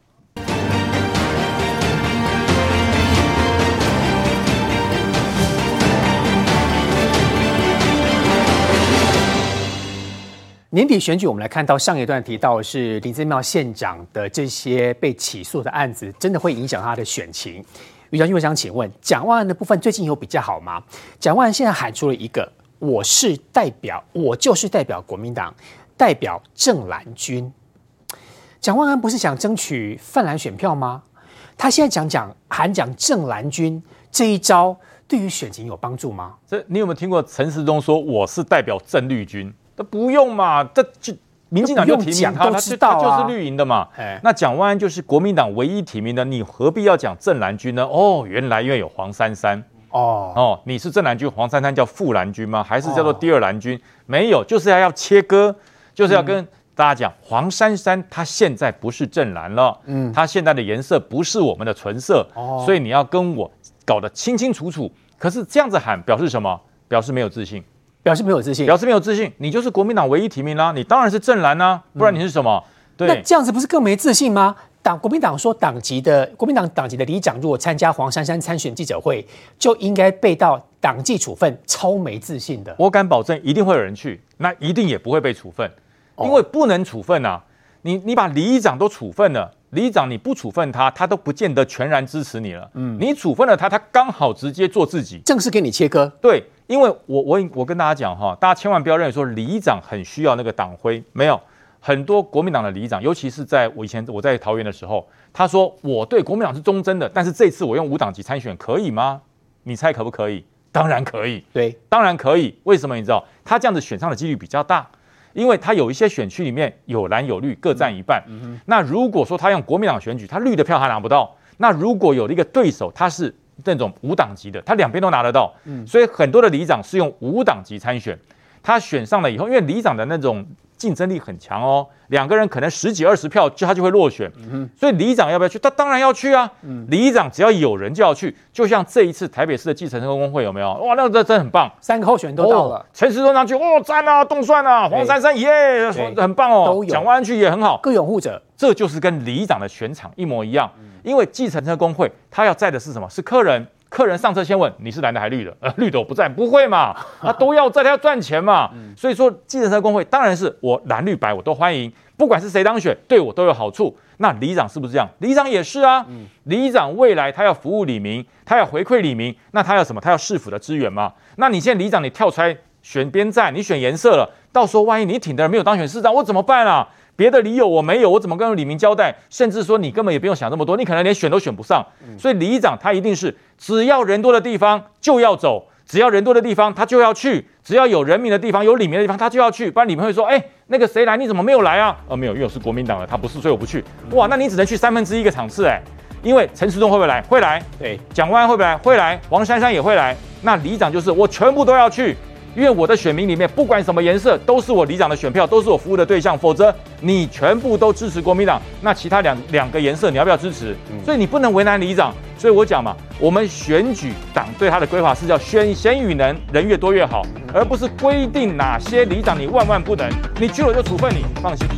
年底选举，我们来看到上一段提到的是林智茂县长的这些被起诉的案子，真的会影响他的选情。于将军，我想请问，蒋万安的部分最近有比较好吗？蒋万安现在喊出了一个，我就是代表国民党，代表正蓝军。蒋万安不是想争取泛蓝选票吗？他现在喊讲正蓝军这一招，对于选情有帮助吗？ 你有没有听过陈时中说我是代表正绿军？不用嘛，这就民进党就提名他，他就是绿营的嘛。那蒋万安就是国民党唯一提名的，你何必要讲正蓝军呢？原来因为有黄珊珊。你是正蓝军，黄珊珊叫副蓝军吗？还是叫做第二蓝军？没有，就是要切割，就是要跟大家讲，黄珊珊她现在不是正蓝了，她现在的颜色不是我们的纯色，所以你要跟我搞得清清楚楚。可是这样子喊表示什么？表示没有自信。 表示没有自信， 你就是国民党唯一提名啦，你当然是正蓝啦，不然你是什么？对， 那这样子不是更没自信吗？国民党说国民党党籍的里长如果参加黄珊珊参选记者会，就应该被到党纪处分，超没自信的。 我敢保证，一定会有人去，那一定也不会被处分，因为不能处分啊！你把里长都处分了。里长你不处分他都不见得全然支持你了。你处分了他刚好直接做自己， 正式给你切割。 对，因为我跟大家讲哈，大家千万不要认为说里长很需要那个党徽，没有，很多国民党的里长，尤其是以前我在桃园的时候，他说我对国民党是忠贞的，但是这次我用无党籍参选可以吗？你猜可不可以？当然可以。 对， 当然可以。为什么你知道？他这样子选上的几率比较大。因为他有一些选区里面有蓝有绿各占一半，那如果说他用国民党选举，他绿的票还拿不到，那如果有一个对手他是那种无党籍的，他两边都拿得到，所以很多的里长是用无党籍参选，他选上了以后，因为里长的那种竞争力很强哦，两个人可能10几20票他就会落选，所以里长要不要去？他当然要去啊，里长只要有人就要去，就像这一次台北市的计程车工会有没有？哇，那个真的很棒 ，3个候选人都到了， 陈时中上去，赞啊，动算啊，黄珊珊耶，很棒哦，蒋万安去也很好， 各拥护者， 这就是跟里长的选场一模一样，因为计程车工会他要载的是什么？是客人。客人上车先问你是蓝的还绿的，绿的我不在，不会嘛？他都要在，他要赚钱嘛。所以说，计程车工会当然是我蓝绿白我都欢迎，不管是谁当选，对我都有好处。那里长是不是这样？里长也是啊。里长未来他要服务里民，他要回馈里民，那他要什么？他要市府的资源嘛。那你现在里长你跳出来选边站，你选颜色了，到时候万一你挺的人没有当选市长，我怎么办啊？别的里有我没有，我怎么跟里民交代？甚至说你根本也不用想这么多，你可能连选都选不上。所以里长他一定是只要人多的地方就要走，只要人多的地方他就要去，只要有人民的地方有里面的地方他就要去，不然里面会说，那个谁来你怎么没有来啊？没有，因为我是国民党的，他不是，所以我不去。哇，那你只能去1/3个场次因为陈时中会不会来？会来。对，蒋万安会不会来？会来。黄珊珊也会来。那里长就是我全部都要去。因为我的选民里面不管什么颜色都是我里长的选票，都是我服务的对象，否则你全部都支持国民党，那其他两个颜色你要不要支持？所以你不能为难里长。所以我讲嘛，我们选举党对他的规划是叫选贤与能，人越多越好，而不是规定哪些里长你万万不能，你去了就处分你，放心。